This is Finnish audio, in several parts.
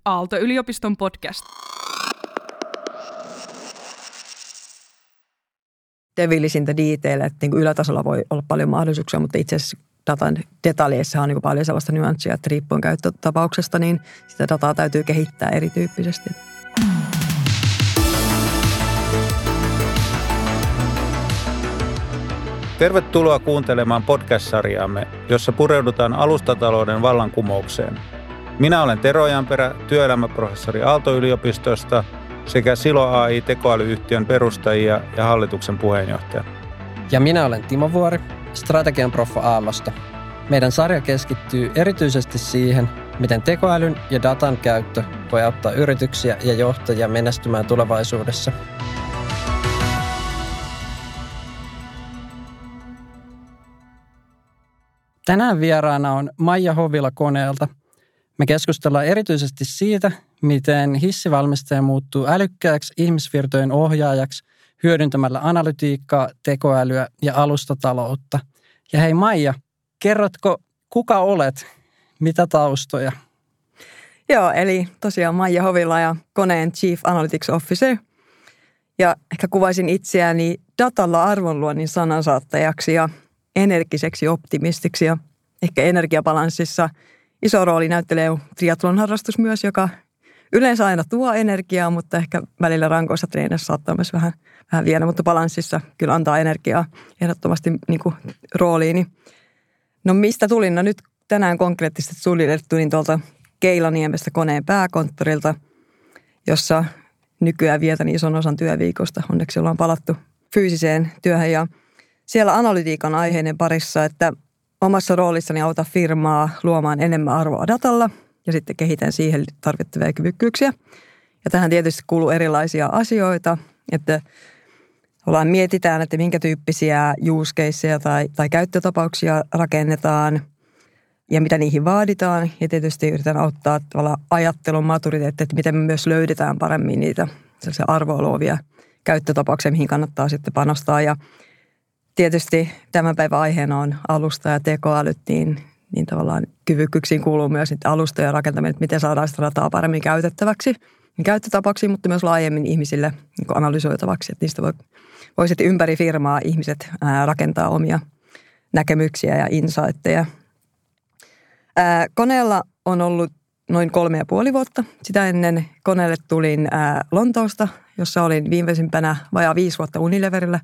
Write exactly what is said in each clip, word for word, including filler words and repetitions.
Aalto-yliopiston podcast. Devillisintä diiteillä, että niin kuin ylätasolla voi olla paljon mahdollisuuksia, mutta itse asiassa datan detaljeissa on niin kuin paljon sellaista nyanssia, että riippuen käyttötapauksesta, niin sitä dataa täytyy kehittää erityyppisesti. Tervetuloa kuuntelemaan podcast-sarjaamme, jossa pureudutaan alustatalouden vallankumoukseen. Minä olen Tero Janperä, työelämäprofessori Aalto-yliopistosta sekä Silo A I-tekoälyyhtiön perustajia ja hallituksen puheenjohtaja. Ja minä olen Timo Vuori, strategian proffa Aallosta. Meidän sarja keskittyy erityisesti siihen, miten tekoälyn ja datan käyttö voi auttaa yrityksiä ja johtajia menestymään tulevaisuudessa. Tänään vieraana on Maija Hovila Koneelta. Me keskustellaan erityisesti siitä, miten hissivalmistaja muuttuu älykkääksi ihmisvirtojen ohjaajaksi hyödyntämällä analytiikkaa, tekoälyä ja alustataloutta. Ja hei Maija, kerrotko kuka olet, mitä taustoja? Joo, eli tosiaan Maija Hovila ja Koneen Chief Analytics Officer. Ja ehkä kuvaisin itseäni datalla arvonluonnin sanansaattajaksi ja energiseksi optimistiksi ja ehkä energiabalanssissa iso rooli näyttelee triathlon harrastus myös, joka yleensä aina tuo energiaa, mutta ehkä välillä rankoissa treeneissä saattaa myös vähän, vähän viedä, mutta balanssissa kyllä antaa energiaa ehdottomasti niin kuin rooliini. No mistä tulin? No nyt tänään konkreettisesti tulin tuolta Keilaniemestä Koneen pääkonttorilta, jossa nykyään vietän ison osan työviikosta. Onneksi ollaan palattu fyysiseen työhön ja siellä analytiikan aiheiden parissa, että omassa roolissani auta firmaa luomaan enemmän arvoa datalla ja sitten kehitän siihen tarvittavia kyvykkyyksiä. Ja tähän tietysti kuuluu erilaisia asioita, että ollaan mietitään, että minkä tyyppisiä use caseja tai, tai käyttötapauksia rakennetaan ja mitä niihin vaaditaan. Ja tietysti yritän auttaa tavallaan ajattelun maturiteettia, että miten me myös löydetään paremmin niitä sellaisia arvoa luovia käyttötapauksia, mihin kannattaa sitten panostaa. Ja tietysti tämän päivän aiheena on alusta ja tekoälyt, niin, niin tavallaan kyvykkyyksiin kuuluu myös alustojen rakentaminen, että miten saadaan sitä dataa paremmin käytettäväksi, käyttötapauksia, mutta myös laajemmin ihmisille niin analysoitavaksi, että niistä voi, voi sitten ympäri firmaa ihmiset ää, rakentaa omia näkemyksiä ja insightteja. Ää, Koneella on ollut noin kolme ja puoli vuotta. Sitä ennen Koneelle tulin ää, Lontoosta, jossa olin viimeisimpänä vajaa viisi vuotta Unileverillä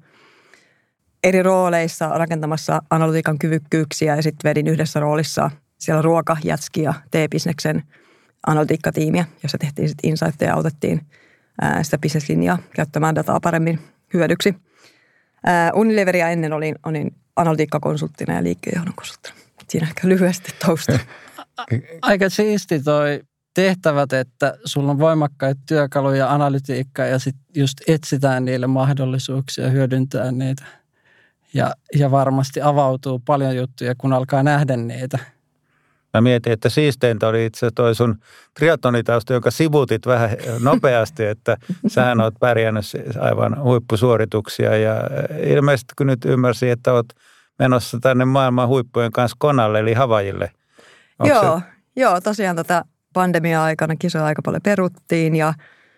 eri rooleissa rakentamassa analytiikan kyvykkyyksiä ja sitten vedin yhdessä roolissa siellä ruoka-, jätski- ja T-bisneksen analytiikkatiimiä, jossa tehtiin sitten insightteja ja autettiin ää, sitä business-linjaa käyttämään dataa paremmin hyödyksi. Ää, Unileveria ennen olin, olin analytiikkakonsulttina ja liikkeenjohdon konsulttina. Siinä ehkä lyhyesti tausta. Aika siisti toi tehtävät, että sulla on voimakkaita työkaluja analytiikkaa ja sitten just etsitään niille mahdollisuuksia hyödyntää niitä. Ja, ja varmasti avautuu paljon juttuja, kun alkaa nähdä niitä. Mä mietin, että siisteintä oli itse toi sun triathlonitausta, jonka sivutit vähän nopeasti, että sähän oot pärjännyt aivan huippusuorituksia. Ja ilmeisesti kun nyt ymmärsin, että oot menossa tänne maailman huippujen kanssa Konalle, eli Havaijille. Onko joo, se? joo, tosiaan tätä pandemia-aikana kisoja aika paljon peruttiin ja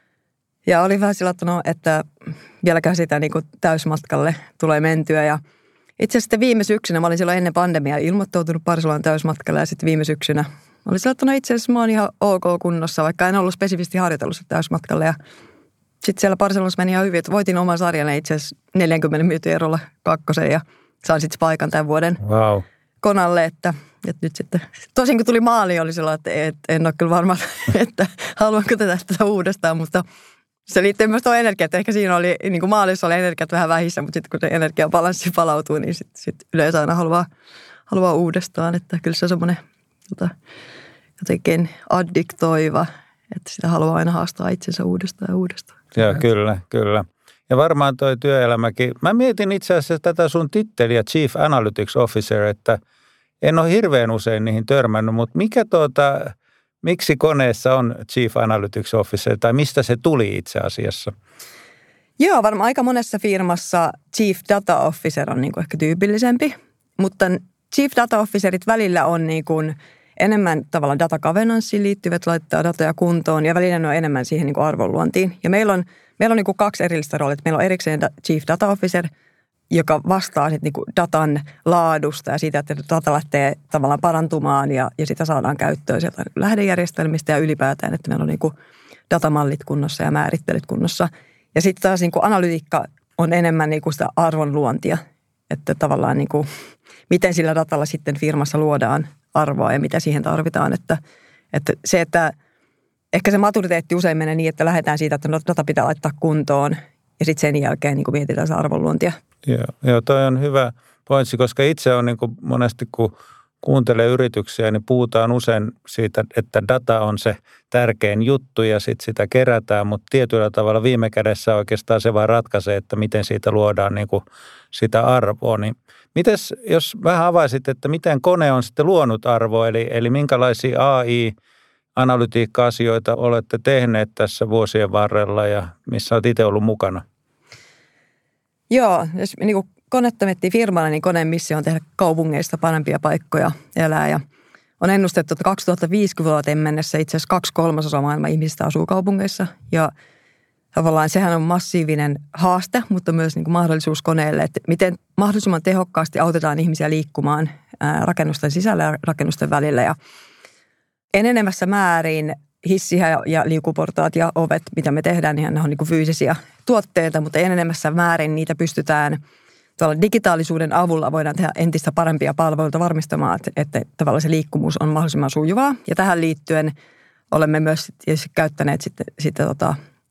Ja oli vähän sillä, että, no, että vieläkään sitä niin kuin täysmatkalle tulee mentyä. Ja itse asiassa viime syksynä, mä olin silloin ennen pandemiaa ilmoittautunut Barcelonan täysmatkalle ja sitten viime syksynä oli sillä, että no itse asiassa mä oon ihan ok kunnossa, vaikka en ollut spesifisti harjoitellut täysmatkalle. Ja sitten siellä Barcelonassa meni ihan hyvin, että voitin oman sarjan itse asiassa neljänkymmenen minuutin erolla kakkosen ja sain sitten paikan tämän vuoden wow. Konalle, että, että nyt sitten, tosin kun tuli maali, oli sillä, että et, en ole kyllä varma, että haluanko tätä, tätä uudestaan, mutta se liittyy myös tuohon energiaan, että ehkä siinä oli, niin kuin maalissa oli energiat vähän vähissä, mutta sitten kun se energiabalanssi palautuu, niin sitten sit yleensä aina haluaa, haluaa uudestaan. Että kyllä se on semmoinen tota, jotenkin addiktoiva, että sitä haluaa aina haastaa itsensä uudestaan ja uudestaan. Joo, kyllä, kyllä. Ja varmaan toi työelämäkin. Mä mietin itse asiassa tätä sun titteliä Chief Analytics Officer, että en ole hirveän usein niihin törmännyt, mutta mikä tuota... Miksi Koneessa on Chief Analytics Officer tai mistä se tuli itse asiassa? Joo, varmaan aika monessa firmassa Chief Data Officer on niin kuin ehkä tyypillisempi, mutta Chief Data Officerit välillä on niin kuin enemmän tavallaan data governancein liittyvät, laittaa datoja kuntoon ja välillä ne on enemmän siihen niin kuin arvonluontiin. Ja meillä on, meillä on niin kuin kaksi erillistä roolia. Meillä on erikseen Chief Data Officer, joka vastaa sitten niin kuin datan laadusta ja siitä, että data lähtee tavallaan parantumaan ja, ja sitä saadaan käyttöön sieltä lähdejärjestelmistä ja ylipäätään, että meillä on niin kuin datamallit kunnossa ja määrittelyt kunnossa. Ja sitten taas niin kuin analytiikka on enemmän niin kuin sitä arvonluontia, että tavallaan niin kuin, miten sillä datalla sitten firmassa luodaan arvoa ja mitä siihen tarvitaan. Että, että se, että ehkä se maturiteetti usein menee niin, että lähdetään siitä, että data pitää laittaa kuntoon ja sitten sen jälkeen niin kuin mietitään se arvonluontia. Joo, joo, toi on hyvä pointsi, koska itse on niin kuin monesti, kun kuuntelee yrityksiä, niin puhutaan usein siitä, että data on se tärkein juttu ja sitten sitä kerätään, mutta tietyllä tavalla viime kädessä oikeastaan se vaan ratkaisee, että miten siitä luodaan niin kuin sitä arvoa. Niin mites, jos vähän avaisit, että miten kone on sitten luonut arvoa, eli, eli minkälaisia A I-analytiikka-asioita olette tehneet tässä vuosien varrella ja missä olet itse ollut mukana? Joo, jos niin kuin konetta miettii firmana, niin koneen missio on tehdä kaupungeista parempia paikkoja elää. Ja on ennustettu, että kaksituhattaviisikymmentä vuoteen mennessä itse asiassa kaksi kolmasosaa maailman ihmisistä asuu kaupungeissa. Ja tavallaan sehän on massiivinen haaste, mutta myös niin kuin mahdollisuus koneelle, että miten mahdollisimman tehokkaasti autetaan ihmisiä liikkumaan rakennusten sisällä ja rakennusten välillä. Ja enenevässä määrin hissiä ja liukuportaat ja ovet, mitä me tehdään, niin ne on niin kuin fyysisiä tuotteita, mutta enenevässä määrin niitä pystytään digitaalisuuden avulla voidaan tehdä entistä parempia palveluita varmistamaan, että, että tavallaan se liikkumus on mahdollisimman sujuvaa. Ja tähän liittyen olemme myös käyttäneet sitten, sitten tota,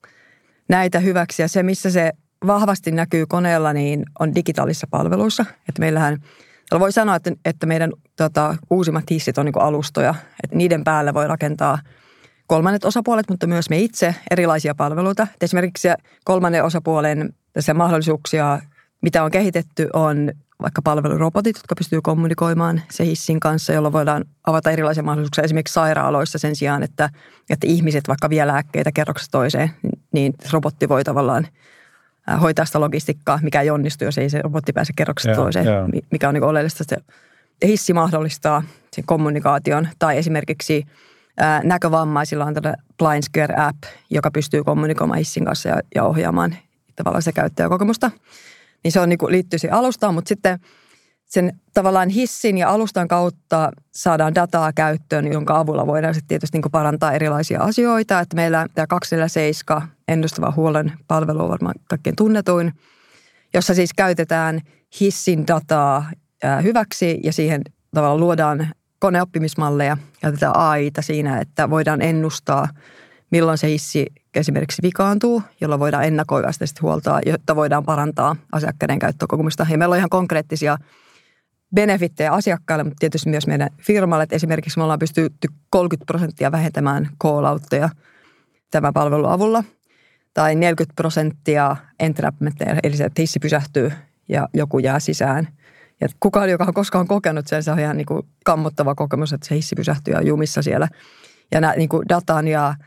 näitä hyväksi. Ja se, missä se vahvasti näkyy koneella, niin on digitaalisissa palveluissa. Että meillähän, voi sanoa, että, että meidän tota, uusimmat hissit on niin kuin alustoja. Että niiden päällä voi rakentaa kolmannet osapuolet, mutta myös me itse erilaisia palveluita. Et esimerkiksi se kolmannen osapuolen se mahdollisuuksia, mitä on kehitetty, on vaikka palvelurobotit, jotka pystyy kommunikoimaan se hissin kanssa, jolla voidaan avata erilaisia mahdollisuuksia esimerkiksi sairaaloissa sen sijaan, että, että ihmiset vaikka vie lääkkeitä kerroksesta toiseen, niin robotti voi tavallaan hoitaa sitä logistiikkaa, mikä ei onnistu, jos ei se robotti pääse kerroksesta yeah, toiseen, yeah. mikä on niin oleellista. Se hissi mahdollistaa sen kommunikaation tai esimerkiksi ää, näkövammaisilla on tällainen Blind Square app, joka pystyy kommunikoimaan hissin kanssa ja, ja ohjaamaan tavallaan se käyttäjäkokemusta. Niin se on, niin kuin, liittyy siihen alustaan, mutta sitten sen tavallaan hissin ja alustan kautta saadaan dataa käyttöön, jonka avulla voidaan sitten tietysti niin kuin parantaa erilaisia asioita. Että meillä tämä kaksisataaseitsemän ennustava huolen palvelu on varmaan kaikkein tunnetuin, jossa siis käytetään hissin dataa hyväksi ja siihen tavallaan luodaan koneoppimismalleja, käytetään A I:ta siinä, että voidaan ennustaa, milloin se hissi esimerkiksi vikaantuu, jolla voidaan ennakoida sitä huoltaa, jotta voidaan parantaa asiakkaiden käyttökokemusta. Ja meillä on ihan konkreettisia benefittejä asiakkaille, mutta tietysti myös meidän firmalle. Että esimerkiksi me ollaan pystytty kolmekymmentä prosenttia vähentämään call-outteja tämän palvelun avulla. Tai neljäkymmentä prosenttia entrapmentteja, eli se, että hissi pysähtyy ja joku jää sisään. Ja kukaan, joka on koskaan kokenut sen, se on ihan niin kuin kammottava kokemus, että se hissi pysähtyy ja jumissa siellä. Ja nämä niin kuin datan ja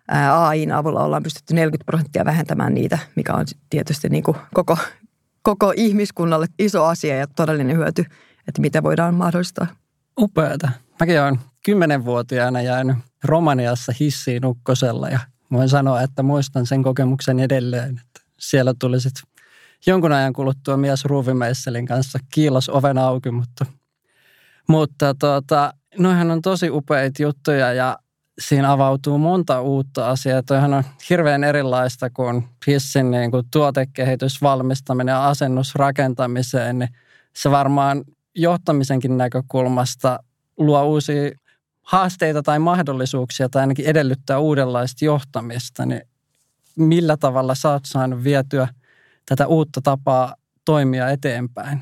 A I:n avulla ollaan pystytty neljäkymmentä prosenttia vähentämään niitä, mikä on tietysti niin kuin koko, koko ihmiskunnalle iso asia ja todellinen hyöty, että mitä voidaan mahdollistaa. Upeata. Mäkin olen kymmenvuotiaana jäänyt Romaniassa hissiin ukkosella ja voin sanoa, että muistan sen kokemuksen edelleen. Että siellä tuli sitten jonkun ajan kuluttua mies ruuvimeisselin kanssa kiilas oven auki, mutta, mutta tuota, noihän on tosi upeita juttuja ja siinä avautuu monta uutta asiaa. Toihan on hirveän erilaista kuin hissin niin kuin tuotekehitys, valmistaminen ja asennusrakentamiseen. Niin se varmaan johtamisenkin näkökulmasta luo uusia haasteita tai mahdollisuuksia tai ainakin edellyttää uudenlaista johtamista. Niin millä tavalla sä oot saanut vietyä tätä uutta tapaa toimia eteenpäin?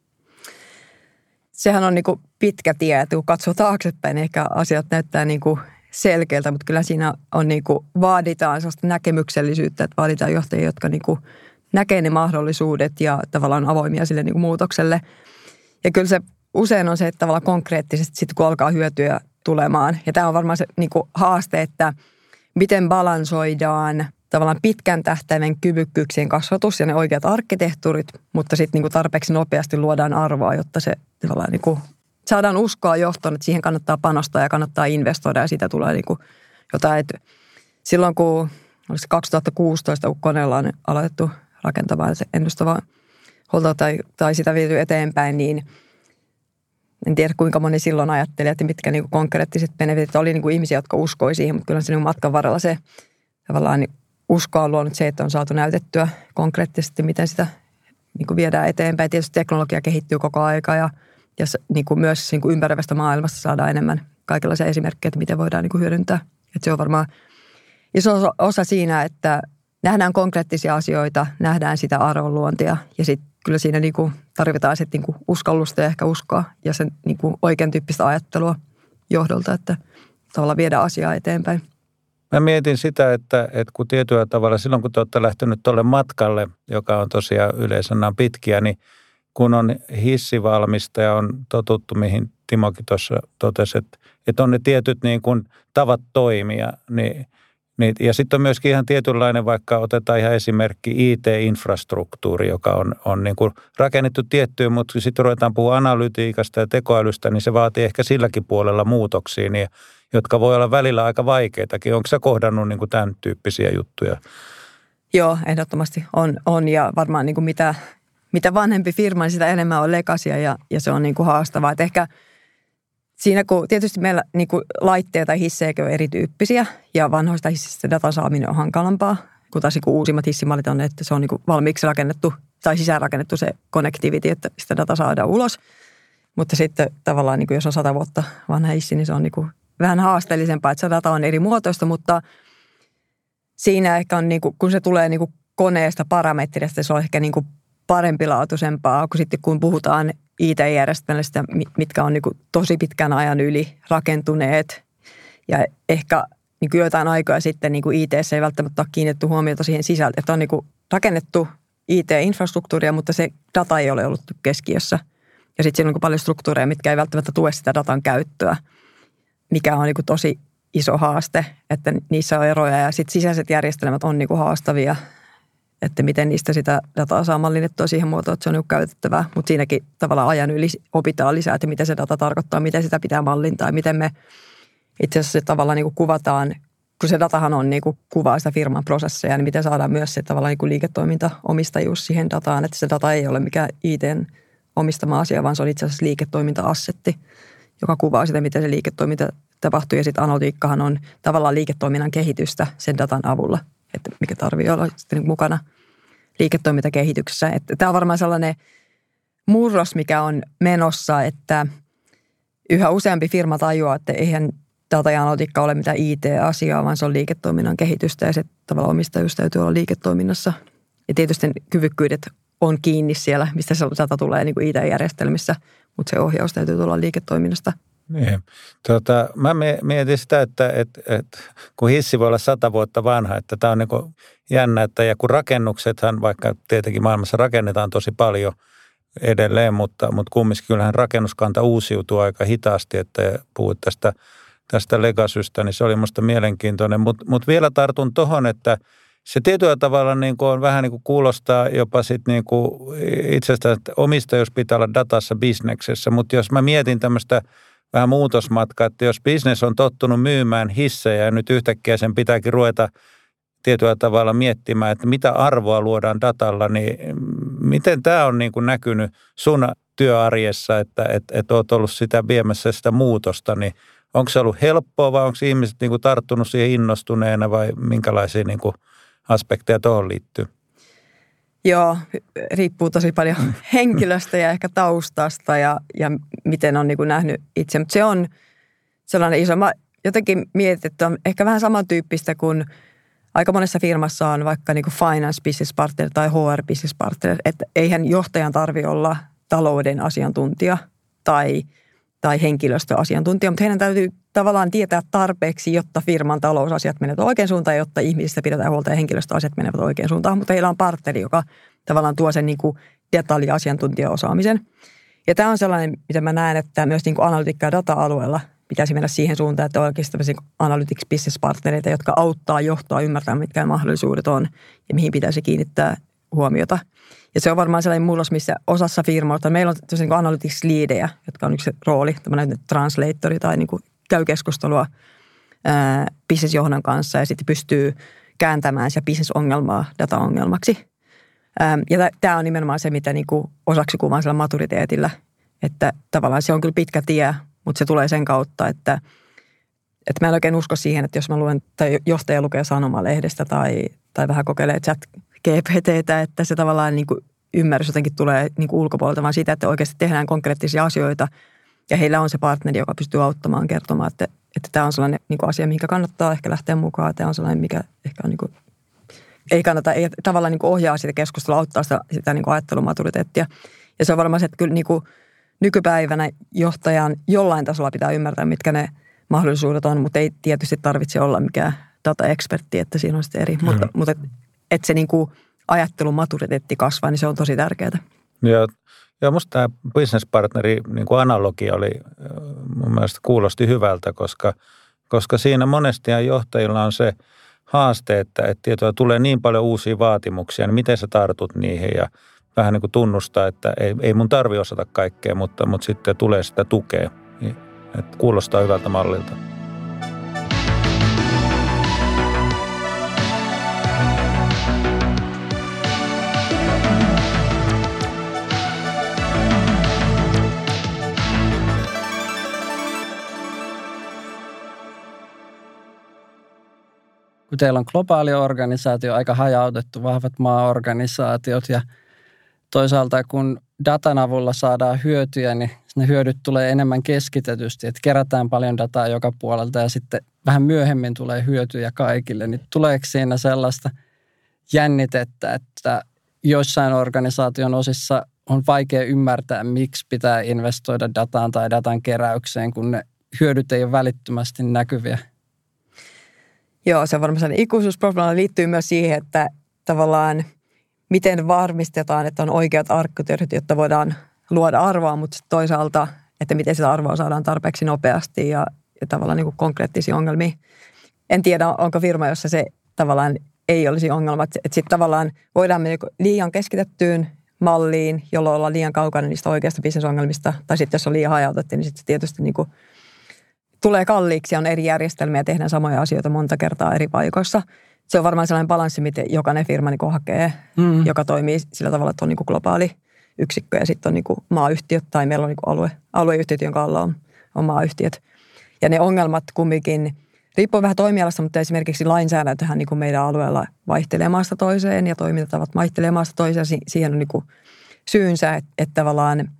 Sehän on niin kuin pitkä tie, että kun katsoo taaksepäin, niin ehkä asiat näyttää niin kuin selkeältä, mutta kyllä siinä on niin kuin, vaaditaan sellaista näkemyksellisyyttä, että vaaditaan johtajia, jotka niin kuin näkee ne mahdollisuudet ja tavallaan on avoimia sille niin kuin muutokselle. Ja kyllä se usein on se, että tavallaan konkreettisesti sitten kun alkaa hyötyä tulemaan. Ja tämä on varmaan se niin kuin haaste, että miten balansoidaan tavallaan pitkän tähtäimen kyvykkyyksien kasvatus ja ne oikeat arkkitehtuurit, mutta sitten niin kuin tarpeeksi nopeasti luodaan arvoa, jotta se tavallaan niin kuin saadaan uskoa johtoon, että siihen kannattaa panostaa ja kannattaa investoida ja siitä tulee niin kuin jotain. Että silloin kun olisi kaksituhattakuusitoista, kun koneella on aloitettu rakentamaan se ennustavaa huoltoa tai, tai sitä viety eteenpäin, niin en tiedä kuinka moni silloin ajatteli, että mitkä niin kuin konkreettiset benefitit oli niin kuin ihmisiä, jotka uskoi siihen, mutta kyllä se niin matkan varrella se tavallaan niin uskoa on luonut se, että on saatu näytettyä konkreettisesti, miten sitä niin kuin viedään eteenpäin. Tietysti teknologia kehittyy koko aika ja, ja niin kuin myös niin kuin ympäröivästä maailmasta saadaan enemmän kaikenlaisia esimerkkejä, että miten voidaan niin kuin hyödyntää. Että se on varmaan iso osa siinä, että nähdään konkreettisia asioita, nähdään sitä arvonluontia ja sitten kyllä siinä niin kuin tarvitaan sitten niin kuin uskallusta ja ehkä uskoa ja sen niin kuin oikean tyyppistä ajattelua johdolta, että tavallaan viedään asiaa eteenpäin. Mä mietin sitä, että, että kun tietyllä tavalla silloin, kun te olette lähtenyt tuolle matkalle, joka on tosiaan yleisönään pitkiä, niin kun on hissivalmistaja, on totuttu, mihin Timokin tuossa totesi, että, että on ne tietyt niin kuin tavat toimia, niin, niin, ja sitten on myöskin ihan tietynlainen, vaikka otetaan ihan esimerkki I T-infrastruktuuri, joka on, on niin kuin rakennettu tiettyyn, mutta sitten ruvetaan puhua analytiikasta ja tekoälystä, niin se vaatii ehkä silläkin puolella muutoksia, niin jotka voi olla välillä aika vaikeitakin. Onko sä kohdannut niin kuin tämän tyyppisiä juttuja? Joo, ehdottomasti on, on ja varmaan niin kuin mitä, mitä vanhempi firma, niin sitä enemmän on legasia ja, ja se on niin kuin haastavaa. Et ehkä siinä, kun tietysti meillä niin kuin laitteita tai hissejäkin on erityyppisiä ja vanhoista hissistä datan saaminen on hankalampaa, kun taas niin kuin uusimmat hissimallit on, että se on niin kuin valmiiksi rakennettu tai sisäänrakennettu se connectivity, että sitä data saadaan ulos. Mutta sitten tavallaan, niin kuin jos on sata vuotta vanha hissi, niin se on niin kuin vähän haasteellisempaa, että se data on eri muotoista, mutta siinä ehkä on, niin kuin, kun se tulee niin kuin koneesta parametristä, se on ehkä niin kuin parempilaatuisempaa, kun sitten kun puhutaan I T-järjestelmistä, mitkä on niin kuin tosi pitkän ajan yli rakentuneet ja ehkä niin kuin jotain aikoja sitten niin kuin I T:ssä ei välttämättä ole kiinnitetty huomiota siihen sisältöön, että on niin kuin rakennettu I T-infrastruktuuria, mutta se data ei ole ollut keskiössä ja sitten siinä on niin paljon struktuureja, mitkä ei välttämättä tue sitä datan käyttöä, mikä on niin kuin tosi iso haaste, että niissä on eroja ja sitten sisäiset järjestelmät on niin kuin haastavia, että miten niistä sitä dataa saa mallinnettua siihen muotoon, että se on niin kuin käytettävää, mutta siinäkin tavallaan ajan yli opitaan lisää, että mitä se data tarkoittaa, miten sitä pitää mallintaa ja miten me itse asiassa se tavallaan niin kuin kuvataan, kun se datahan on niin kuin kuvaa sitä firman prosesseja, niin miten saadaan myös se tavallaan niin kuin liiketoimintaomistajuus siihen dataan, että se data ei ole mikään I T:n omistama asia, vaan se on itse asiassa liiketoiminta-assetti, joka kuvaa sitä, miten se liiketoiminta tapahtuu. Ja sitten analytiikkahan on tavallaan liiketoiminnan kehitystä sen datan avulla, että mikä tarvitsee olla sitten mukana liiketoimintakehityksessä. Että tämä on varmaan sellainen murros, mikä on menossa, että yhä useampi firma tajuaa, että eihän data ja analytiikka ole mitään I T-asiaa, vaan se on liiketoiminnan kehitystä ja se tavallaan omistajuus täytyy olla liiketoiminnassa. Ja tietysti kyvykkyydet on kiinni siellä, mistä se data tulee niin kuin I T-järjestelmissä, mutta se ohjaus täytyy tulla liiketoiminnasta. Niin. Tota, mä mietin sitä, että, että, että kun hissi voi olla sata vuotta vanha, että tämä on niin kuin jännä, että ja kun rakennuksethan, vaikka tietenkin maailmassa rakennetaan tosi paljon edelleen, mutta, mutta kumminkin kyllähän rakennuskanta uusiutuu aika hitaasti, että puhuit tästä, tästä legasystä, niin se oli musta mielenkiintoinen, mutta, mutta vielä tartun tohon, että se tietyllä tavalla niin kuin on vähän niin kuin kuulostaa jopa sit niin kuin itsestään, että omistajuus pitää olla datassa bisneksessä, mutta jos mä mietin tämmöistä vähän muutosmatkaa, että jos bisnes on tottunut myymään hissejä ja nyt yhtäkkiä sen pitääkin ruveta tietyllä tavalla miettimään, että mitä arvoa luodaan datalla, niin miten tämä on niin kuin näkynyt sun työarjessa, että et, et olet ollut sitä viemässä sitä muutosta, niin onko se ollut helppoa vai onko ihmiset niin kuin tarttunut siihen innostuneena vai minkälaisia niin kuin aspekteja tuohon liittyy? Joo, riippuu tosi paljon henkilöstä ja ehkä taustasta ja, ja miten on niin kuin nähnyt itse. Mutta se on sellainen iso, mä jotenkin mietin, että on ehkä vähän samantyyppistä kuin aika monessa firmassa on vaikka niin kuin finance business partner tai H R business partner, että eihän johtajan tarvitse olla talouden asiantuntija tai, tai henkilöstöasiantuntija, mutta heidän täytyy tavallaan tietää tarpeeksi, jotta firman talousasiat menevät oikein suuntaan, jotta ihmisistä pidetään huolta ja henkilöstöasiat menevät oikein suuntaan. Mutta heillä on partneri, joka tavallaan tuo sen niin kuin detalja-asiantuntijaosaamisen. Ja tämä on sellainen, mitä mä näen, että myös niin kuin analytiikka- ja data-alueella pitäisi mennä siihen suuntaan, että on oikeasti tämmöisiä analytics business-partnereita, jotka auttaa johtoa ymmärtämään, mitkä mahdollisuudet on ja mihin pitäisi kiinnittää huomiota. Ja se on varmaan sellainen murros, missä osassa firmoista, meillä on tosiaan niin analytics-liidejä, jotka on yksi rooli, tämmöinen translatori tai niin kuin käy keskustelua ää, business-johdon kanssa ja sitten pystyy kääntämään sitä business-ongelmaa data-ongelmaksi. Ää, ja tämä on nimenomaan se, mitä niin kuin osaksi kuvaan sillä maturiteetillä, että tavallaan se on kyllä pitkä tie, mutta se tulee sen kautta, että, että mä en oikein usko siihen, että jos mä luen, tai johtaja lukee sanomalehdestä tai, tai vähän kokeilee chat G P T:tä, että se tavallaan niin kuin ymmärrys jotenkin tulee niin kuin ulkopuolelta, vaan siitä, että oikeasti tehdään konkreettisia asioita ja heillä on se partneri, joka pystyy auttamaan kertomaan, että, että tämä on sellainen niin kuin asia, mihinkä kannattaa ehkä lähteä mukaan. Tämä on sellainen, mikä ehkä on niin kuin, ei kannata, ei tavallaan niin kuin ohjaa sitä keskustelua, auttaa sitä, sitä niin kuin ajattelumaturiteettia. Ja se on varmaan se, että kyllä niin kuin nykypäivänä johtajan jollain tasolla pitää ymmärtää, mitkä ne mahdollisuudet on, mutta ei tietysti tarvitse olla mikään data-ekspertti, että siinä on sitten eri. Mm. Mutta, mutta että se niin kuin ajattelun maturiteetti kasvaa, niin se on tosi tärkeää. Joo, ja musta tämä business-partneri niin kuin analogia oli mun mielestä kuulosti hyvältä, koska, koska siinä monesti johtajilla on se haaste, että, että tietoa tulee niin paljon uusia vaatimuksia, niin miten sä tartut niihin ja vähän niin kuin tunnustaa, että ei, ei mun tarvi osata kaikkea, mutta, mutta sitten tulee sitä tukea. Että kuulostaa hyvältä mallilta. Kun teillä on globaali organisaatio, aika hajautettu, vahvat maaorganisaatiot ja toisaalta kun datan avulla saadaan hyötyjä, niin ne hyödyt tulee enemmän keskitetysti, että kerätään paljon dataa joka puolelta ja sitten vähän myöhemmin tulee hyötyjä kaikille. Niin tuleeko siinä sellaista jännitettä, että joissain organisaation osissa on vaikea ymmärtää, miksi pitää investoida dataan tai datan keräykseen, kun ne hyödyt ei ole välittömästi näkyviä? Joo, se varmaan ikuisuusprobleema liittyy myös siihen, että tavallaan miten varmistetaan, että on oikeat arkkitehtuurit, jotta voidaan luoda arvoa, mutta toisaalta, että miten sitä arvoa saadaan tarpeeksi nopeasti ja, ja tavallaan niin kuin konkreettisia ongelmia. En tiedä, onko firma, jossa se tavallaan ei olisi ongelma, että sitten tavallaan voidaan mennä liian keskitettyyn malliin, jolloin ollaan liian kaukana niistä oikeista bisnesongelmista, tai sitten jos on liian hajautettu, niin sitten se tietysti niin kuin tulee kalliiksi ja on eri järjestelmiä ja tehdään samoja asioita monta kertaa eri paikoissa. Se on varmaan sellainen balanssi, miten jokainen firma niin kuin hakee, mm. joka toimii sillä tavalla, että on niin kuin globaali yksikkö ja sitten on niin kuin maayhtiöt tai meillä on niin kuin alue, alueyhtiöt, jonka alla on, on maayhtiöt. Ja ne ongelmat kumminkin riippuu vähän toimialasta, mutta esimerkiksi lainsäädäntöhän niin kuin meidän alueella vaihtelee maasta toiseen ja toimintatavat vaihtelee maasta toiseen. Siihen on niin kuin syynsä, että, että tavallaan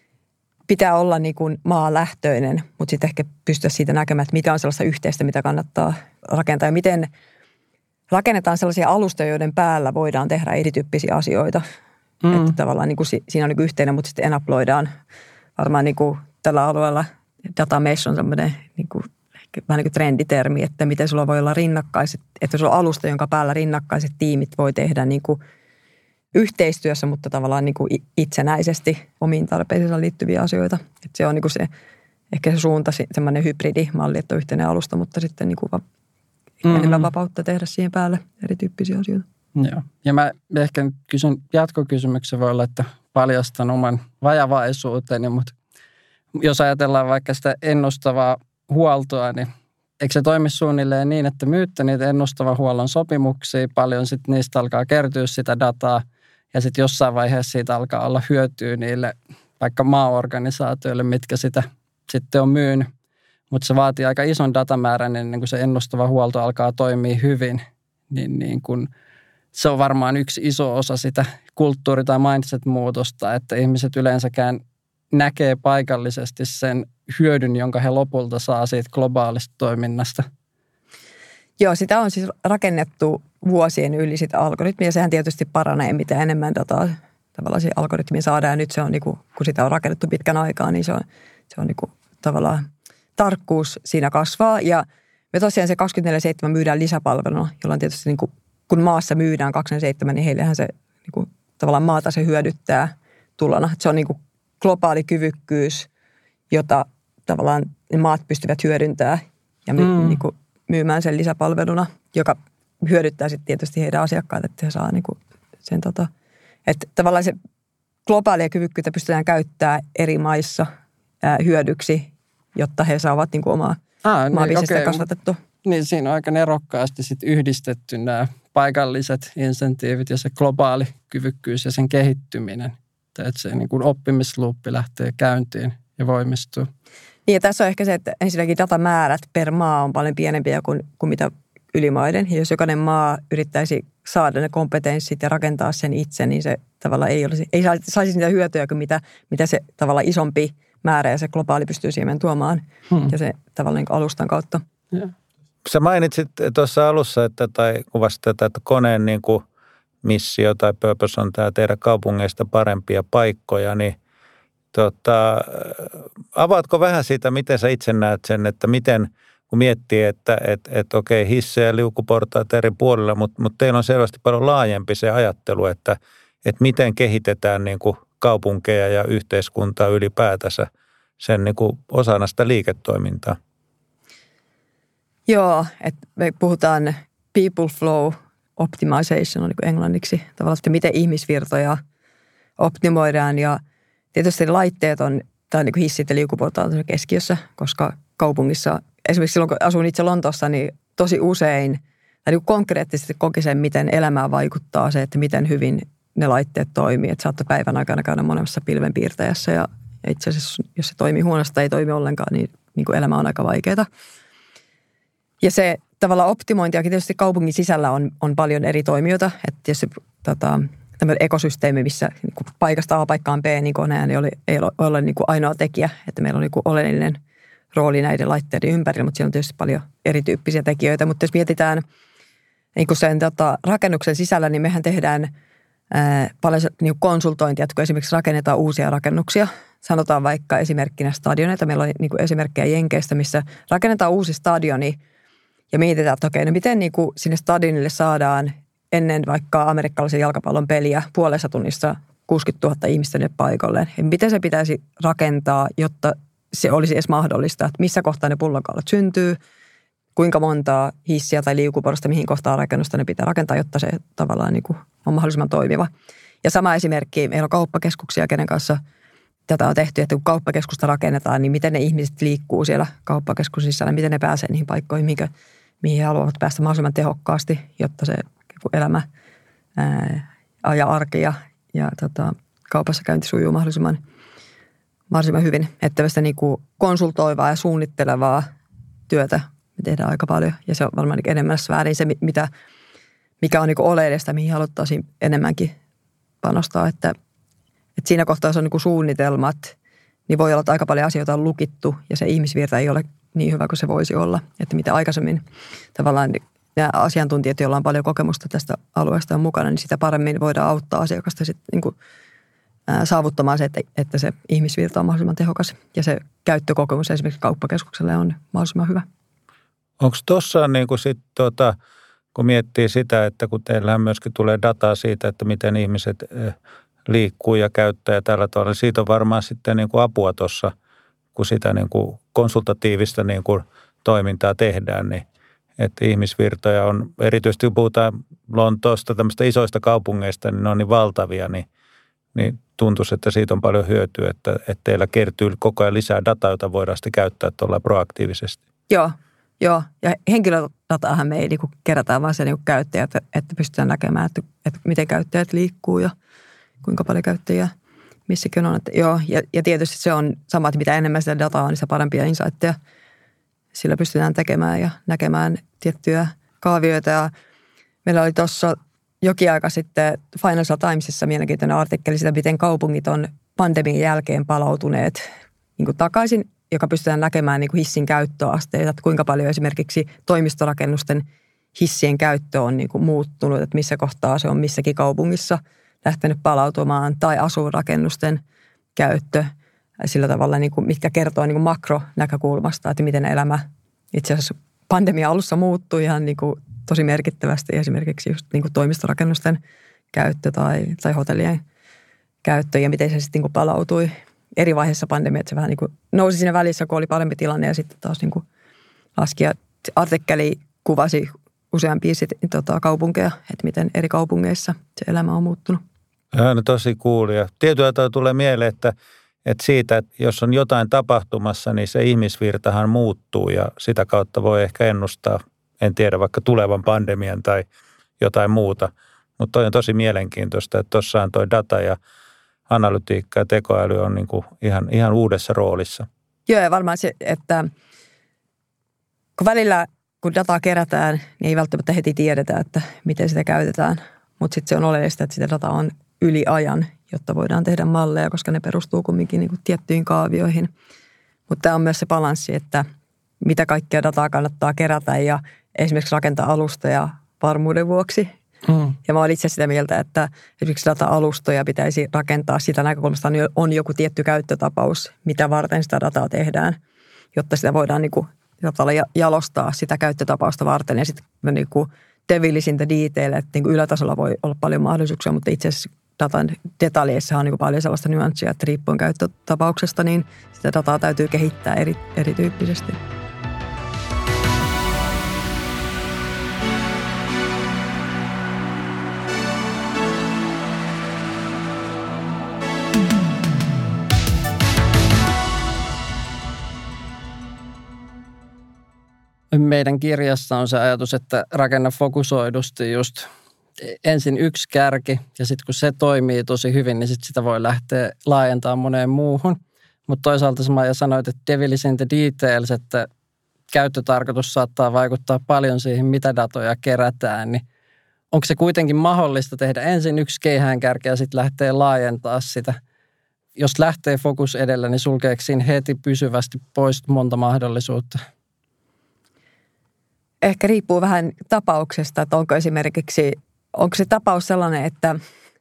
pitää olla niin kuin maalähtöinen, mutta sitten ehkä pystyä siitä näkemään, että mikä on sellaista yhteistä, mitä kannattaa rakentaa ja miten rakennetaan sellaisia alustoja, joiden päällä voidaan tehdä erityyppisiä asioita. Mm. Että tavallaan niin kuin siinä on niin kuin yhteinen, mutta sitten enaploidaan varmaan niin kuin tällä alueella data mesh on semmoinen niin kuin, vähän niin kuin trenditermi, että miten sulla voi olla rinnakkaiset, että sulla on alusta, jonka päällä rinnakkaiset tiimit voi tehdä niin kuin yhteistyössä, mutta tavallaan niin kuin itsenäisesti omiin tarpeisiinsa liittyviä asioita. Että se on niin kuin se, ehkä se suunta, semmoinen hybridimalli, että on yhteinen alusta, mutta sitten niin kuin mm-hmm. enemmän vapautta tehdä siihen päälle erityyppisiä asioita. Joo. Ja mä ehkä kysyn jatkokysymyksen, voi olla, että paljastan oman vajavaisuuteni, mutta jos ajatellaan vaikka sitä ennustavaa huoltoa, niin eikö se toimi suunnilleen niin, että myytte niitä ennustavan huollon sopimuksia, paljon sitten niistä alkaa kertyä sitä dataa ja sitten jossain vaiheessa siitä alkaa olla hyötyä niille vaikka maaorganisaatioille, mitkä sitä sitten on myynyt. Mutta se vaatii aika ison datamäärän ennen kuin se ennustava huolto alkaa toimia hyvin, niin, niin kun se on varmaan yksi iso osa sitä kulttuuri- tai mindset-muutosta, että ihmiset yleensäkään näkee paikallisesti sen hyödyn, jonka he lopulta saa siitä globaalista toiminnasta. Joo, sitä on siis rakennettu vuosien yli sitä algoritmia. Sehän tietysti paranee, mitä enemmän dataa tavallaan se algoritmi saadaan. Ja nyt se on, niin kuin, kun sitä on rakennettu pitkän aikaa, niin se on, se on niin kuin, tavallaan tarkkuus siinä kasvaa. Ja me tosiaan se kaksikymmentäneljä seitsemän myydään lisäpalveluna, jolloin tietysti niin kuin, kun maassa myydään kaksikymmentäneljä seitsemän, niin heillehän se niin kuin, tavallaan maata se hyödyttää tulona. Se on niin kuin globaali kyvykkyys, jota tavallaan ne maat pystyvät hyödyntämään ja my, mm. niin kuin myymään sen lisäpalveluna, joka hyödyttää sitten tietysti heidän asiakkaat, että he saa niin kuin sen tota, Että tavallaan se globaalia kyvykkyyttä pystytään käyttämään eri maissa ää, hyödyksi, jotta he saavat niin kuin omaa ah, maa niin, okay. kasvatettua. Niin siinä on aika nerokkaasti sit yhdistetty nämä paikalliset insentiivit ja se globaali kyvykkyys ja sen kehittyminen. Että se niin kuin oppimisluuppi lähtee käyntiin ja voimistuu. Niin ja tässä on ehkä se, että ensinnäkin datamäärät per maa on paljon pienempiä kuin, kuin mitä ylimaiden. Ja jos jokainen maa yrittäisi saada ne kompetenssit ja rakentaa sen itse, niin se tavallaan ei, olisi, ei saisi niitä hyötyjä kuin mitä, mitä se tavallaan isompi määrä ja se globaali pystyy siihen tuomaan. Hmm. Ja se tavallaan niin alustan kautta. Ja. Sä mainitsit tuossa alussa, että, tai kuvasit tätä, että koneen niin kuin missio tai purpose on tämä tehdä kaupungeista parempia paikkoja, niin tota, avaatko vähän siitä, miten sä itse näet sen, että miten, kun miettii, että et, et, okei, hissejä ja liukuportaat eri puolilla, mutta mut teillä on selvästi paljon laajempi se ajattelu, että et miten kehitetään niin kuin kaupunkeja ja yhteiskuntaa ylipäätänsä sen niin kuin osana sitä liiketoimintaa. Joo, että me puhutaan people flow optimization on niin kuin englanniksi. Tavallaan, että miten ihmisvirtoja optimoidaan ja tietysti laitteet on, tai niin kuin hissit ja liukuportaat on keskiössä, koska kaupungissa, esimerkiksi silloin kun asun itse Lontoossa, niin tosi usein, tai niin kuin konkreettisesti koki sen, miten elämään vaikuttaa se, että miten hyvin ne laitteet toimii. Että saattaa päivän aikana käydä monessa pilvenpiirtäjässä ja itse asiassa, jos se toimii huonosti tai ei toimi ollenkaan, niin, niin kuin elämä on aika vaikeaa. Ja se tavallaan optimointiakin tietysti kaupungin sisällä on, on paljon eri toimijoita. Että tietysti tota, tämmöinen ekosysteemi, missä niin kuin paikasta A paikkaan B, niin kuin näen, niin oli, ei ole, ole niin kuin ainoa tekijä. Että meillä on niin kuin oleellinen rooli näiden laitteiden ympärillä, mutta siellä on tietysti paljon erityyppisiä tekijöitä. Mutta jos mietitään niin kuin sen tota, rakennuksen sisällä, niin mehän tehdään ää, paljon niin kuin konsultointia, että kun esimerkiksi rakennetaan uusia rakennuksia. Sanotaan vaikka esimerkkinä stadioneita. Meillä on niin kuin esimerkkejä Jenkeistä, missä rakennetaan uusi stadioni ja mietitään, että okei, no miten niin kuin sinne stadionille saadaan ennen vaikka amerikkalaisen jalkapallon peliä puolessa tunnissa kuusikymmentätuhatta ihmistä ne paikalleen. Ja miten se pitäisi rakentaa, jotta se olisi edes mahdollista, että missä kohtaa ne pullonkaulat syntyy, kuinka montaa hissiä tai liukuporrasta, mihin kohtaan rakennusta ne pitää rakentaa, jotta se tavallaan niin kuin on mahdollisimman toimiva. Ja sama esimerkki, meillä on kauppakeskuksia, kenen kanssa tätä on tehty, että kun kauppakeskusta rakennetaan, niin miten ne ihmiset liikkuu siellä kauppakeskuksen sisällä, miten ne pääsee niihin paikkoihin, mihin, mihin he haluavat päästä mahdollisimman tehokkaasti, jotta se elämä ää, ja arki ja, ja tota, kaupassa käynti sujuu mahdollisimman, mahdollisimman hyvin. Että tämmöistä niin kuin konsultoivaa ja suunnittelevaa työtä me tehdään aika paljon. Ja se on varmaan niin enemmän väärin se, mitä, mikä on niin kuin oleellista, mihin haluttaisiin enemmänkin panostaa. Että, että siinä kohtaa se on niin kuin suunnitelmat, niin voi olla, että aika paljon asioita on lukittu ja se ihmisvirta ei ole niin hyvä kuin se voisi olla. Että mitä aikaisemmin tavallaan nämä asiantuntijat, joilla on paljon kokemusta tästä alueesta on mukana, niin sitä paremmin voidaan auttaa asiakasta sitten niin kuin, ää, saavuttamaan se, että, että se ihmisvirta on mahdollisimman tehokas. Ja se käyttökokemus esimerkiksi kauppakeskukselle on mahdollisimman hyvä. Onko tuossa niin kuin sit, tota, kun miettii sitä, että kun teillähän myöskin tulee dataa siitä, että miten ihmiset liikkuu ja käyttää ja tällä tavalla, niin siitä on varmaan sitten niin kuin apua tuossa, kun sitä niin kuin konsultatiivista niin kuin toimintaa tehdään, niin että ihmisvirtoja on, erityisesti kun puhutaan Lontoosta, tämmöistä isoista kaupungeista, niin ne on niin valtavia, niin, niin tuntuisi, että siitä on paljon hyötyä, että, että teillä kertyy koko ajan lisää dataa, jota voidaan sitten käyttää tuolla proaktiivisesti. Joo, joo. Ja henkilödataahan me ei niin kuin kerätään, vaan se niin kuin käyttäjät, että pystytään näkemään, että, että miten käyttäjät liikkuu ja kuinka paljon käyttäjiä missäkin on. Että, joo, ja, ja tietysti se on sama, että mitä enemmän sitä dataa on, niin se parempia insightteja sillä pystytään tekemään ja näkemään tiettyjä kaavioita. Ja meillä oli tuossa jokin aika sitten Financial Timesissa mielenkiintoinen artikkeli siitä, miten kaupungit on pandemian jälkeen palautuneet niin kuin takaisin, joka pystytään näkemään niin kuin hissin käyttöasteita, että kuinka paljon esimerkiksi toimistorakennusten hissien käyttö on niin kuin muuttunut, että missä kohtaa se on missäkin kaupungissa lähtenyt palautumaan, tai asuinrakennusten käyttö sillä tavalla, niin kuin, mitkä kertoo niin kuin makronäkökulmasta, että miten elämä itse asiassa pandemian alussa muuttui ihan niin kuin tosi merkittävästi, esimerkiksi just niin kuin toimistorakennusten käyttö tai, tai hotellien käyttö ja miten se sitten niin kuin palautui eri vaiheissa pandemia, että se vähän niin kuin nousi siinä välissä, kun oli parempi tilanne ja sitten taas niin kuin laski. Ja artikkeli kuvasi useampia sit, tota, kaupunkeja, että miten eri kaupungeissa se elämä on muuttunut. No tosi kuulia. Tietyllä tavalla tulee mieleen, että, että siitä, että jos on jotain tapahtumassa, niin se ihmisvirtahan muuttuu ja sitä kautta voi ehkä ennustaa, en tiedä, vaikka tulevan pandemian tai jotain muuta. Mutta toi on tosi mielenkiintoista, että tuossaan toi data ja analytiikka ja tekoäly on niin kuin ihan, ihan uudessa roolissa. Joo, ja varmaan se, että kun välillä kun dataa kerätään, niin ei välttämättä heti tiedetä, että miten sitä käytetään. Mutta sitten se on oleellista, että sitä dataa on yli ajan, jotta voidaan tehdä malleja, koska ne perustuu kumminkin niin kuin tiettyihin kaavioihin. Mutta tämä on myös se balanssi, että mitä kaikkea dataa kannattaa kerätä ja esimerkiksi rakentaa alustoja varmuuden vuoksi. Mm. Ja mä olen itse sitä mieltä, että esimerkiksi data-alustoja pitäisi rakentaa sitä näkökulmasta, että on joku tietty käyttötapaus, mitä varten sitä dataa tehdään, jotta sitä voidaan niin kuin jalostaa sitä käyttötapausta varten. Ja sitten niin kuin devil in the detail, että niin kuin ylätasolla voi olla paljon mahdollisuuksia, mutta itse asiassa datan detaljeissa on niin kuin paljon sellaista nyanssia, että riippuen käyttötapauksesta, niin sitä dataa täytyy kehittää eri, erityyppisesti. Meidän kirjassa on se ajatus, että rakenna fokusoidusti just ensin yksi kärki ja sitten kun se toimii tosi hyvin, niin sit sitä voi lähteä laajentamaan moneen muuhun. Mutta toisaalta Maija sanoit, että devil is in the details, että käyttötarkoitus saattaa vaikuttaa paljon siihen, mitä datoja kerätään. Niin onko se kuitenkin mahdollista tehdä ensin yksi keihäänkärki ja sitten lähtee laajentaa sitä? Jos lähtee fokus edellä, niin sulkeeko siinä heti pysyvästi pois monta mahdollisuutta? Ehkä riippuu vähän tapauksesta, että onko esimerkiksi, onko se tapaus sellainen, että,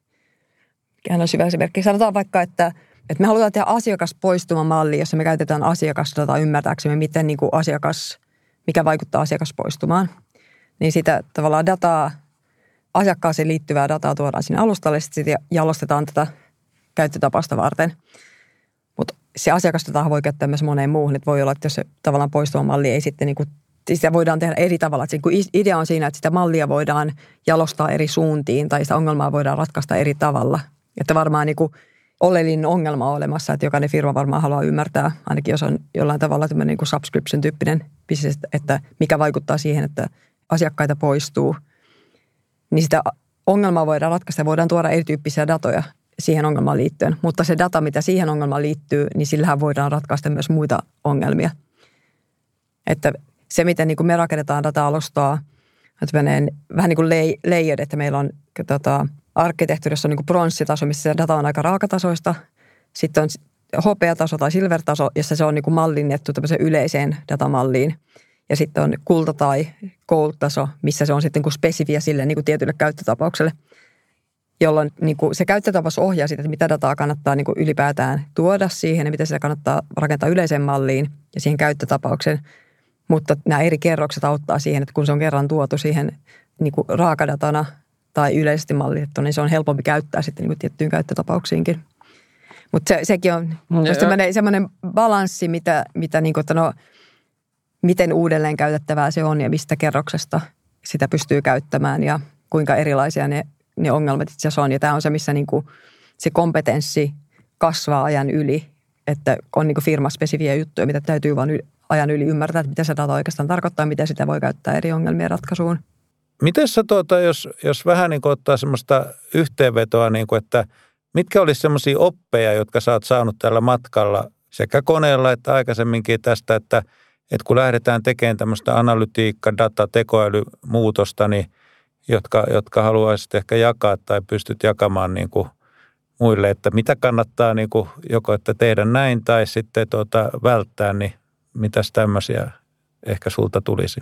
mikähän on hyvä esimerkki, sanotaan vaikka, että, että me halutaan tehdä asiakaspoistumamalli, jossa me käytetään asiakasdataa ymmärtääksemme, miten niin kuin asiakas, mikä vaikuttaa asiakaspoistumaan. Niin sitä tavallaan dataa, asiakkaaseen liittyvää dataa tuodaan sinne alustalle, sitten sitä jalostetaan tätä käyttötapausta varten. Mutta se asiakasdataa voi käyttää myös moneen muuhun, että voi olla, että jos se tavallaan poistumamalli ei sitten niin kuin sitä voidaan tehdä eri tavalla. Idea on siinä, että sitä mallia voidaan jalostaa eri suuntiin tai sitä ongelmaa voidaan ratkaista eri tavalla. Että varmaan niin kuin oleellinen ongelma on olemassa, että jokainen firma varmaan haluaa ymmärtää, ainakin jos on jollain tavalla tämmöinen niin kuin subscription-tyyppinen business, että mikä vaikuttaa siihen, että asiakkaita poistuu. Niin sitä ongelmaa voidaan ratkaista ja voidaan tuoda erityyppisiä datoja siihen ongelmaan liittyen. Mutta se data, mitä siihen ongelmaan liittyy, niin sillähän voidaan ratkaista myös muita ongelmia. Että se, miten niin kuin me rakennetaan data-alustoa, vähän niin kuin layered, että meillä on tota, arkkitehtuurissa on niin kuin pronssitaso, missä se data on aika raakatasoista. Sitten on hopeataso tai silver-taso, jossa se on niin kuin mallinnettu tämmöiseen yleiseen datamalliin. Ja sitten on kulta- tai gold-taso, missä se on sitten niin kuin spesifiä sille niin kuin tietylle käyttötapaukselle, jolloin niin kuin se käyttötapaus ohjaa sitä, että mitä dataa kannattaa niin kuin ylipäätään tuoda siihen ja miten sitä kannattaa rakentaa yleiseen malliin ja siihen käyttötapaukseen. Mutta nämä eri kerrokset auttaa siihen, että kun se on kerran tuotu siihen niin kuin raakadatana tai yleisesti mallitettu, niin se on helpompi käyttää sitten niin kuin tiettyyn käyttötapauksiinkin. Mutta se, sekin on semmoinen, semmoinen balanssi, mitä, mitä niin kuin, että no, miten uudelleen käytettävää se on ja mistä kerroksesta sitä pystyy käyttämään ja kuinka erilaisia ne, ne ongelmat itse asiassa on. Ja tämä on se, missä niin kuin se kompetenssi kasvaa ajan yli, että on niin kuin firmaspesifiä juttuja, mitä täytyy vaan ajan yli ymmärtää, että mitä se data oikeastaan tarkoittaa, miten sitä voi käyttää eri ongelmien ratkaisuun. Miten sä tuota, jos, jos vähän niin kuin ottaa semmoista yhteenvetoa, niin kuin, että mitkä olisi semmoisia oppeja, jotka sä oot saanut tällä matkalla sekä koneella että aikaisemminkin tästä, että, että kun lähdetään tekemään tämmöistä analytiikka, data, tekoälymuutosta, niin jotka, jotka haluaisit ehkä jakaa tai pystyt jakamaan niin kuin muille, että mitä kannattaa niin kuin joko että tehdä näin tai sitten tuota, välttää, niin mitäs tämmöisiä ehkä sulta tulisi?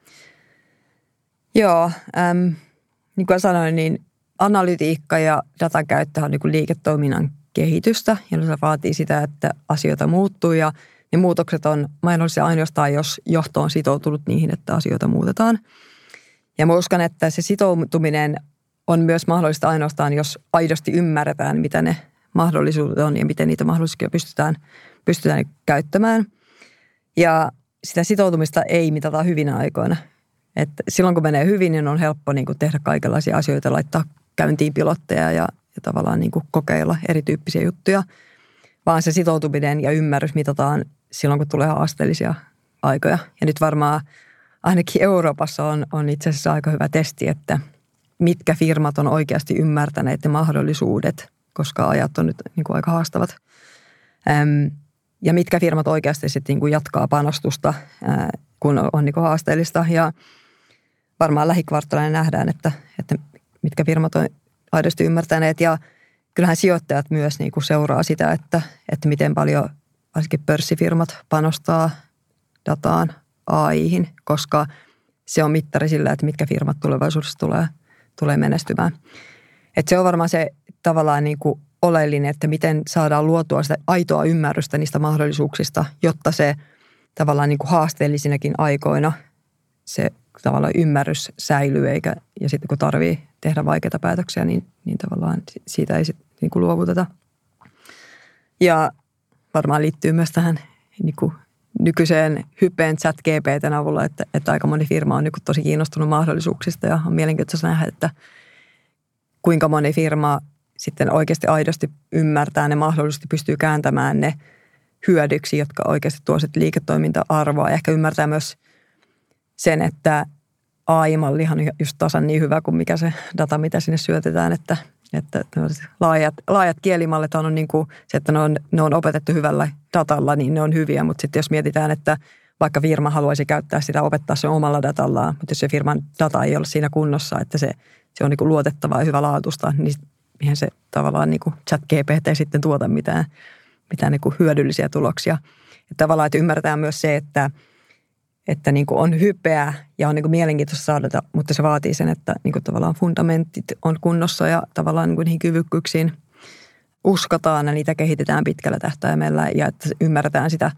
Joo, äm, niin kuin sanoin, niin analytiikka ja datan käyttö on niin kuin liiketoiminnan kehitystä, ja se vaatii sitä, että asioita muuttuu, ja ne muutokset on mahdollisia ainoastaan, jos johto on sitoutunut niihin, että asioita muutetaan. Ja mä uskon, että se sitoutuminen on myös mahdollista ainoastaan, jos aidosti ymmärretään, mitä ne mahdollisuudet on ja miten niitä mahdollisuuksia pystytään, pystytään käyttämään. Ja sitä sitoutumista ei mitata hyvinä aikoina. Et silloin kun menee hyvin, niin on helppo niin kuin tehdä kaikenlaisia asioita, laittaa käyntiin pilotteja ja, ja tavallaan niin kuin kokeilla erityyppisiä juttuja, vaan se sitoutuminen ja ymmärrys mitataan silloin, kun tulee haasteellisia aikoja. Ja nyt varmaan ainakin Euroopassa on, on itse asiassa aika hyvä testi, että mitkä firmat on oikeasti ymmärtäneet ne mahdollisuudet, koska ajat on nyt niin kuin aika haastavat. Äm, ja mitkä firmat oikeasti sitten niin kuin jatkaa panostusta, ää, kun on, on niin kuin haasteellista. Ja varmaan lähikvartaleina nähdään, että, että mitkä firmat on aidosti ymmärtäneet. Ja kyllähän sijoittajat myös niin kuin seuraa sitä, että, että miten paljon varsinkin pörssifirmat panostaa dataan, A I:hin, koska se on mittari sillä, että mitkä firmat tulevaisuudessa tulee, tulee menestymään. Että se on varmaan se tavallaan niin kuin oleellinen, että miten saadaan luotua sitä aitoa ymmärrystä niistä mahdollisuuksista, jotta se tavallaan niin kuin haasteellisinakin aikoina se tavallaan ymmärrys säilyy, eikä, ja sitten kun tarvii tehdä vaikeita päätöksiä, niin, niin tavallaan siitä ei sitten niin kuin luovuteta. Ja varmaan liittyy myös tähän niin kuin nykyiseen hypeen ChatGPT:n avulla, että, että aika moni firma on niin kuin tosi kiinnostunut mahdollisuuksista ja on mielenkiintoista nähdä, että kuinka moni firma sitten oikeasti aidosti ymmärtää ne mahdollisesti, pystyy kääntämään ne hyödyksi, jotka oikeasti tuo sitten liiketoiminta-arvoa. Ja ehkä ymmärtää myös sen, että A I-mallihan on just tasan niin hyvä kuin mikä se data, mitä sinne syötetään, että, että laajat, laajat kielimallit on niin kuin se, että ne on, ne on opetettu hyvällä datalla, niin ne on hyviä, mutta sitten jos mietitään, että vaikka firma haluaisi käyttää sitä, opettaa sen omalla datallaan, mutta jos se firman data ei ole siinä kunnossa, että se, se on niin kuin luotettavaa ja hyvälaatuista, niin eihän se tavallaan niin kuin ChatGPT sitten tuota mitään, mitään niin kuin hyödyllisiä tuloksia. Ja tavallaan, että ymmärretään myös se, että, että niin kuin on hypeä ja on niin kuin mielenkiintoista saada, mutta se vaatii sen, että niin kuin tavallaan fundamentit on kunnossa ja tavallaan niin kuin niihin kyvykkyyksiin uskotaan ja niitä kehitetään pitkällä tähtäimellä ja että ymmärretään sitä,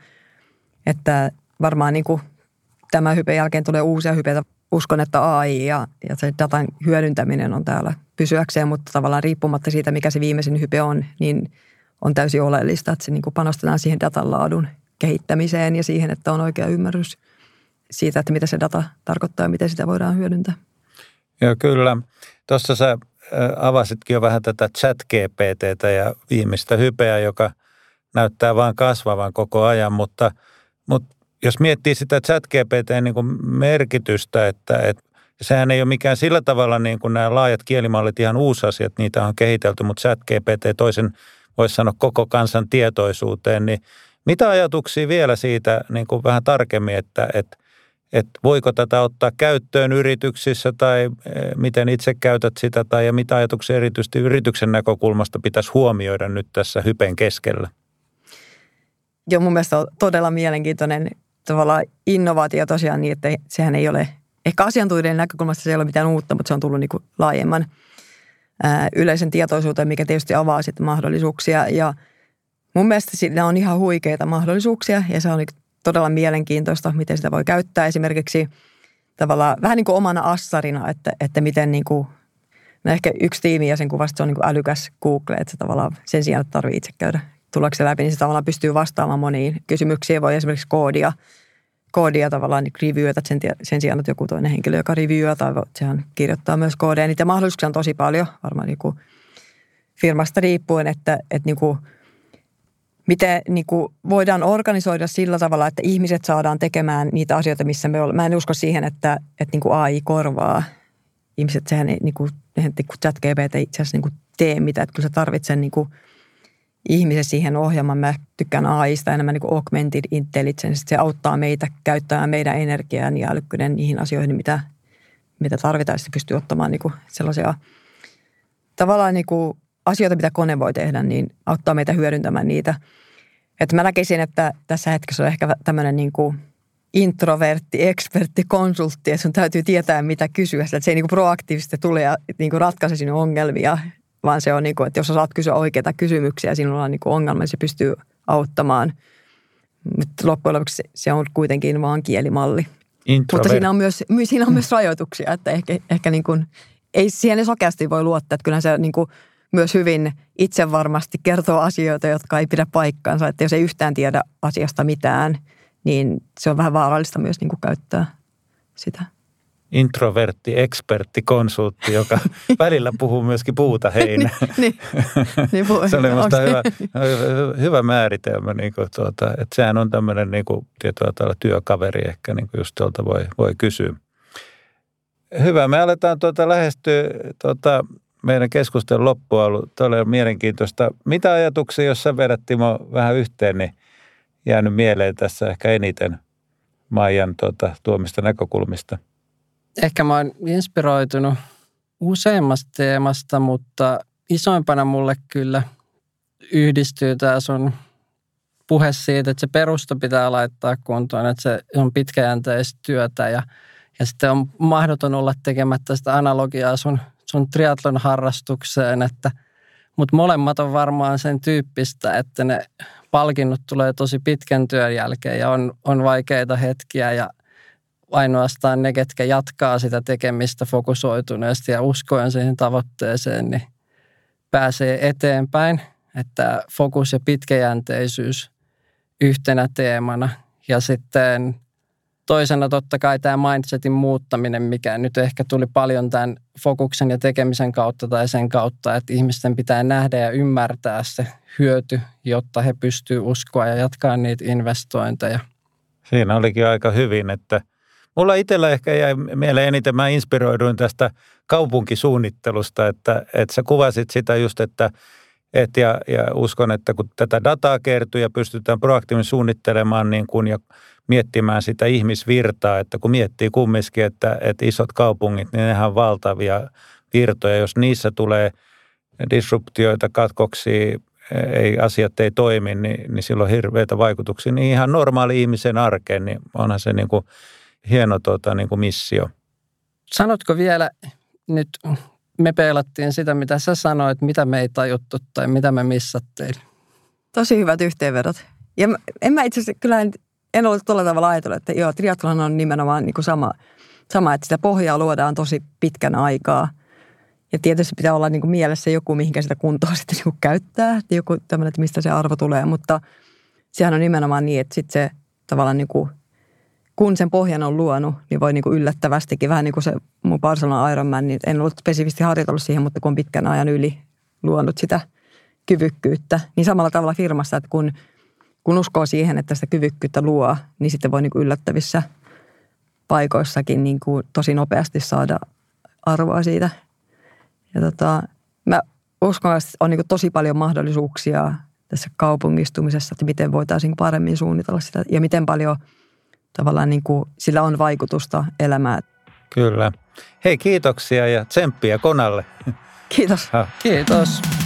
että varmaan niin kuin tämän hypeen jälkeen tulee uusia hypeitä. Uskon, että A I ja, ja se datan hyödyntäminen on täällä pysyäkseen, mutta tavallaan riippumatta siitä, mikä se viimeisin hype on, niin on täysin oleellista, että se niin kuin panostetaan siihen datan laadun kehittämiseen ja siihen, että on oikea ymmärrys siitä, että mitä se data tarkoittaa ja miten sitä voidaan hyödyntää. Joo, kyllä. Tuossa sä avasitkin jo vähän tätä ChatGPT:tä ja viimeistä hypeä, joka näyttää vaan kasvavan koko ajan, mutta, mutta jos miettii sitä ChatGPT:n niin kuin merkitystä, että, että sehän ei ole mikään sillä tavalla niin kuin nämä laajat kielimallit ihan uusi asia, että niitä on kehitelty, mutta ChatGPT toisen voisi sanoa koko kansan tietoisuuteen, niin mitä ajatuksia vielä siitä niin kuin vähän tarkemmin, että, että, että voiko tätä ottaa käyttöön yrityksissä tai miten itse käytät sitä tai ja mitä ajatuksia erityisesti yrityksen näkökulmasta pitäisi huomioida nyt tässä hypen keskellä? Joo, mun mielestä on todella mielenkiintoinen tavallaan innovaatio tosiaan niin, että sehän ei ole, ehkä asiantuntijoiden näkökulmasta se ei ole mitään uutta, mutta se on tullut niin kuin laajemman ää, yleisen tietoisuuteen, mikä tietysti avaa sitten mahdollisuuksia. Ja mun mielestä siinä on ihan huikeita mahdollisuuksia ja se on niin todella mielenkiintoista, miten sitä voi käyttää esimerkiksi tavallaan vähän niin kuin omana assarina, että, että miten niin kuin, no ehkä yksi tiimi ja sen kuvasta se on niin kuin älykäs Google, että se tavallaan sen sijaan, että tarvitsee itse käydä tullakseen läpi, niin se tavallaan pystyy vastaamaan moniin kysymyksiin. Voi esimerkiksi koodia, koodia tavallaan niin reviewata sen, sen sijaan, että joku toinen henkilö, joka reviewaa tai sehän kirjoittaa myös koodeja. Niitä mahdollisuuksia on tosi paljon, varmaan niin kuin firmasta riippuen, että, että niin kuin, miten niin kuin voidaan organisoida sillä tavalla, että ihmiset saadaan tekemään niitä asioita, missä me ollaan. Mä en usko siihen, että, että niin kuin A I korvaa ihmiset. Sehän ei niin kuin, niin kuin ChatGPT itse asiassa niin kuin tee mitään, että kyllä se tarvitsee niin kuin ihmisen siihen ohjelmaan. Mä tykkään A I:sta enemmän niin kuin augmented intelligence. Se auttaa meitä käyttämään meidän energiaa ja älykkyyden niihin asioihin, mitä, mitä tarvitaan. Se pystyy ottamaan niin kuin sellaisia tavallaan niin kuin asioita, mitä kone voi tehdä, niin auttaa meitä hyödyntämään niitä. Että mä näkisin, että tässä hetkessä on ehkä tämmöinen niin kuin introvertti, ekspertti, konsultti, että sun täytyy tietää, mitä kysyä. Että se ei niin kuin proaktiivisesti tule ja niin kuin ratkaise sinun ongelmia, vaan se on niin kuin, että jos sä saat kysyä oikeita kysymyksiä, sinulla on niin kuin ongelma, niin se pystyy auttamaan. Mutta loppujen lopuksi se on kuitenkin vaan kielimalli. Introvert. Mutta siinä on myös, siinä on myös rajoituksia, että ehkä, ehkä niin kuin, ei siihen sokeasti voi luottaa, että kyllähän se niin kuin myös hyvin itsevarmasti kertoo asioita, jotka ei pidä paikkaansa. Että jos ei yhtään tiedä asiasta mitään, niin se on vähän vaarallista myös niin kuin käyttää sitä. introvertti, ekspertti, konsultti, joka välillä puhuu myöskin puuta heinää. niin, niin, se oli minusta hyvä, hyvä määritelmä, niin kuin tuota, että sehän on tämmöinen niin kuin tietyllä tavalla työkaveri ehkä, niin kuin just tuolta voi, voi kysyä. Hyvä, me aletaan tuota lähestyä tuota, meidän keskustelun loppua, ollut todella mielenkiintoista. Mitä ajatuksia, jos sä vedät, Timo, vähän yhteen, niin jäänyt mieleen tässä ehkä eniten Maijan tuota, tuomista näkökulmista? Ehkä mä oon inspiroitunut useammasta teemasta, mutta isoimpana mulle kyllä yhdistyy tämä sun puhe siitä, että se perusta pitää laittaa kuntoon, että se on pitkäjänteistä työtä ja, ja sitten on mahdoton olla tekemättä sitä analogiaa sun, sun triathlon harrastukseen, että, mutta molemmat on varmaan sen tyyppistä, että ne palkinnot tulee tosi pitkän työn jälkeen ja on, on vaikeita hetkiä ja ainoastaan ne, ketkä jatkaa sitä tekemistä fokusoituneesti ja uskoen siihen tavoitteeseen, niin pääsee eteenpäin. Että fokus ja pitkäjänteisyys yhtenä teemana. Ja sitten toisena totta kai tämä mindsetin muuttaminen, mikä nyt ehkä tuli paljon tämän fokuksen ja tekemisen kautta tai sen kautta, että ihmisten pitää nähdä ja ymmärtää se hyöty, jotta he pystyvät uskoa ja jatkaa niitä investointeja. Siinä olikin aika hyvin, että mulla itsellä ehkä jäi mieleen eniten, mä inspiroiduin tästä kaupunkisuunnittelusta, että, että sä kuvasit sitä just, että et ja, ja uskon, että kun tätä dataa kertyy ja pystytään proaktiivisesti suunnittelemaan niin kun, ja miettimään sitä ihmisvirtaa, että kun miettii kumminkin, että, että isot kaupungit, niin nehän on valtavia virtoja. Jos niissä tulee disruptioita, katkoksia, ei, asiat ei toimi, niin, niin silloin on hirveitä vaikutuksia. Niin ihan normaali ihmisen arkeen, niin onhan se niin kuin hieno tuota, niin kuin missio. Sanotko vielä nyt, me peilattiin sitä, mitä sä sanoit, mitä me ei tajuttu tai mitä me missattiin. Tosi hyvät yhteenvedot. Ja en mä itse asiassa, kyllä en, en ollut tuolla tavalla ajatellut, että joo, triathlon on nimenomaan niin kuin sama, sama, että sitä pohjaa luodaan tosi pitkän aikaa. Ja tietysti pitää olla niin kuin mielessä joku, mihinkä sitä kuntoa sitten niin kuin käyttää, joku tämmöinen, että mistä se arvo tulee. Mutta sehän on nimenomaan niin, että sitten se tavallaan niin kuin kun sen pohjan on luonut, niin voi niin kuin yllättävästikin, vähän niin kuin se mun Barcelona Ironman, niin en ollut spesifisti harjoitellut siihen, mutta kun on pitkän ajan yli luonut sitä kyvykkyyttä, niin samalla tavalla firmassa, että kun, kun uskoo siihen, että sitä kyvykkyyttä luo, niin sitten voi niin kuin yllättävissä paikoissakin niin kuin tosi nopeasti saada arvoa siitä. Ja tota, mä uskon, että on niin kuin tosi paljon mahdollisuuksia tässä kaupungistumisessa, että miten voitaisiin paremmin suunnitella sitä ja miten paljon tavallaan niin kuin sillä on vaikutusta elämään. Kyllä. Hei, kiitoksia ja tsemppiä Konalle. Kiitos. Kiitos.